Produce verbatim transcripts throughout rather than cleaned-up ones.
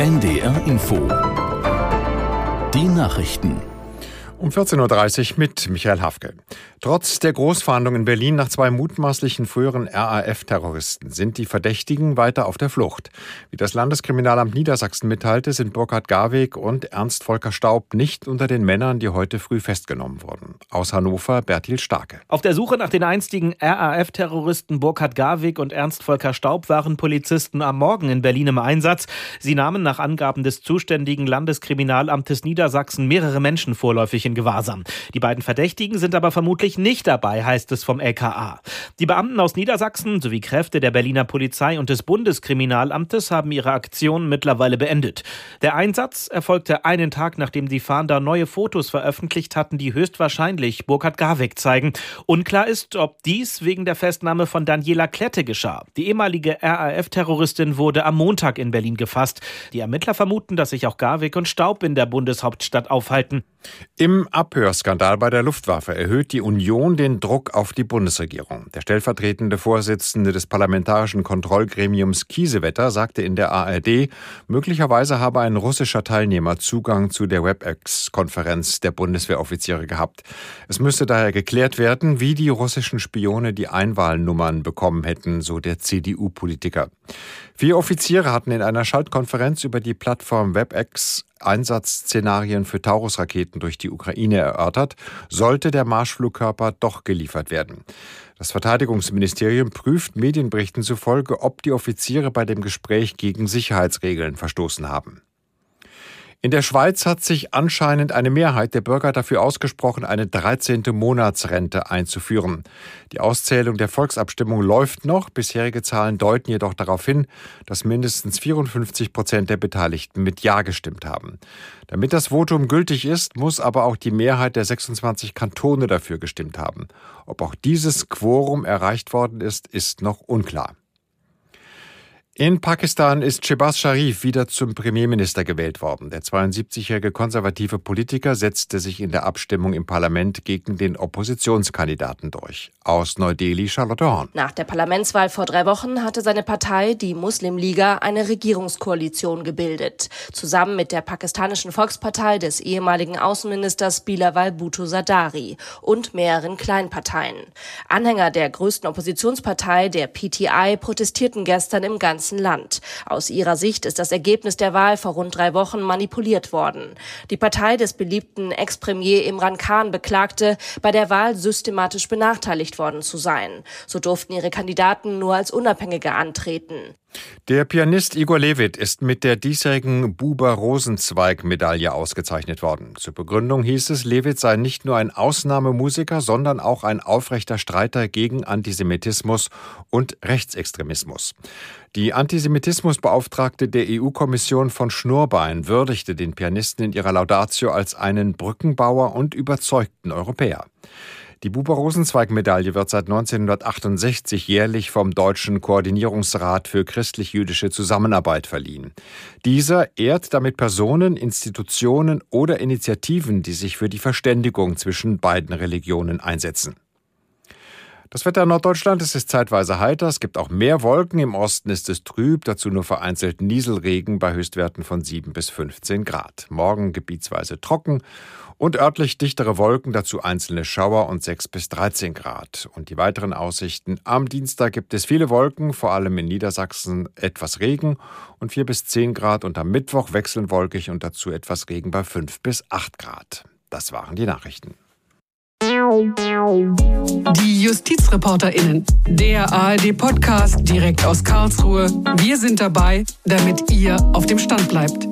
N D R Info. Die Nachrichten. Um vierzehn Uhr dreißig mit Michael Hafke. Trotz der Großfahndung in Berlin nach zwei mutmaßlichen früheren R A F-Terroristen sind die Verdächtigen weiter auf der Flucht. Wie das Landeskriminalamt Niedersachsen mitteilte, sind Burkhard Garweg und Ernst Volker Staub nicht unter den Männern, die heute früh festgenommen wurden. Aus Hannover Bertil Starke. Auf der Suche nach den einstigen R A F-Terroristen Burkhard Garweg und Ernst Volker Staub waren Polizisten am Morgen in Berlin im Einsatz. Sie nahmen nach Angaben des zuständigen Landeskriminalamtes Niedersachsen mehrere Menschen vorläufig in Gewahrsam. Die beiden Verdächtigen sind aber vermutlich nicht dabei, heißt es vom L K A. Die Beamten aus Niedersachsen sowie Kräfte der Berliner Polizei und des Bundeskriminalamtes haben ihre Aktion mittlerweile beendet. Der Einsatz erfolgte einen Tag, nachdem die Fahnder neue Fotos veröffentlicht hatten, die höchstwahrscheinlich Burkhard Garweg zeigen. Unklar ist, ob dies wegen der Festnahme von Daniela Klette geschah. Die ehemalige R A F-Terroristin wurde am Montag in Berlin gefasst. Die Ermittler vermuten, dass sich auch Garweg und Staub in der Bundeshauptstadt aufhalten. Im Abhörskandal bei der Luftwaffe erhöht die Union den Druck auf die Bundesregierung. Der stellvertretende Vorsitzende des Parlamentarischen Kontrollgremiums Kiesewetter sagte in der A R D, möglicherweise habe ein russischer Teilnehmer Zugang zu der WebEx-Konferenz der Bundeswehroffiziere gehabt. Es müsste daher geklärt werden, wie die russischen Spione die Einwahlnummern bekommen hätten, so der C D U-Politiker. Vier Offiziere hatten in einer Schaltkonferenz über die Plattform WebEx Einsatzszenarien für Taurus-Raketen durch die Ukraine erörtert, sollte der Marschflugkörper doch geliefert werden. Das Verteidigungsministerium prüft Medienberichten zufolge, ob die Offiziere bei dem Gespräch gegen Sicherheitsregeln verstoßen haben. In der Schweiz hat sich anscheinend eine Mehrheit der Bürger dafür ausgesprochen, eine dreizehnte Monatsrente einzuführen. Die Auszählung der Volksabstimmung läuft noch. Bisherige Zahlen deuten jedoch darauf hin, dass mindestens vierundfünfzig Prozent der Beteiligten mit Ja gestimmt haben. Damit das Votum gültig ist, muss aber auch die Mehrheit der sechsundzwanzig Kantone dafür gestimmt haben. Ob auch dieses Quorum erreicht worden ist, ist noch unklar. In Pakistan ist Shehbaz Sharif wieder zum Premierminister gewählt worden. Der zweiundsiebzigjährige konservative Politiker setzte sich in der Abstimmung im Parlament gegen den Oppositionskandidaten durch. Aus Neu-Delhi Charlotte Horn. Nach der Parlamentswahl vor drei Wochen hatte seine Partei, die Muslimliga, eine Regierungskoalition gebildet. Zusammen mit der pakistanischen Volkspartei des ehemaligen Außenministers Bilawal Bhutto Zardari und mehreren Kleinparteien. Anhänger der größten Oppositionspartei, der P T I, protestierten gestern im ganzen Land. Aus ihrer Sicht ist das Ergebnis der Wahl vor rund drei Wochen manipuliert worden. Die Partei des beliebten Ex-Premier Imran Khan beklagte, bei der Wahl systematisch benachteiligt worden zu sein. So durften ihre Kandidaten nur als Unabhängige antreten. Der Pianist Igor Levit ist mit der diesjährigen Buber-Rosenzweig-Medaille ausgezeichnet worden. Zur Begründung hieß es, Levit sei nicht nur ein Ausnahmemusiker, sondern auch ein aufrechter Streiter gegen Antisemitismus und Rechtsextremismus. Die Antisemitismusbeauftragte der E U-Kommission von Schnurbein würdigte den Pianisten in ihrer Laudatio als einen Brückenbauer und überzeugten Europäer. Die Buber-Rosenzweig-Medaille wird seit neunzehnhundertachtundsechzig jährlich vom Deutschen Koordinierungsrat für christlich-jüdische Zusammenarbeit verliehen. Dieser ehrt damit Personen, Institutionen oder Initiativen, die sich für die Verständigung zwischen beiden Religionen einsetzen. Das Wetter in Norddeutschland, es ist zeitweise heiter, es gibt auch mehr Wolken, im Osten ist es trüb, dazu nur vereinzelt Nieselregen bei Höchstwerten von sieben bis fünfzehn Grad. Morgen gebietsweise trocken und örtlich dichtere Wolken, dazu einzelne Schauer und sechs bis dreizehn Grad. Und die weiteren Aussichten: am Dienstag gibt es viele Wolken, vor allem in Niedersachsen etwas Regen und vier bis zehn Grad und am Mittwoch wechselnd wolkig und dazu etwas Regen bei fünf bis acht Grad. Das waren die Nachrichten. Die JustizreporterInnen, der A R D-Podcast direkt aus Karlsruhe. Wir sind dabei, damit ihr auf dem Stand bleibt.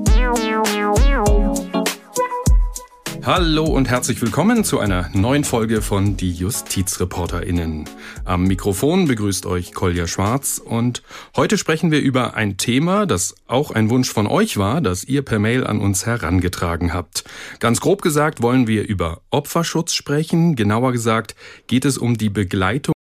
Hallo und herzlich willkommen zu einer neuen Folge von Die JustizreporterInnen. Am Mikrofon begrüßt euch Kolja Schwarz und heute sprechen wir über ein Thema, das auch ein Wunsch von euch war, das ihr per Mail an uns herangetragen habt. Ganz grob gesagt wollen wir über Opferschutz sprechen. Genauer gesagt geht es um die Begleitung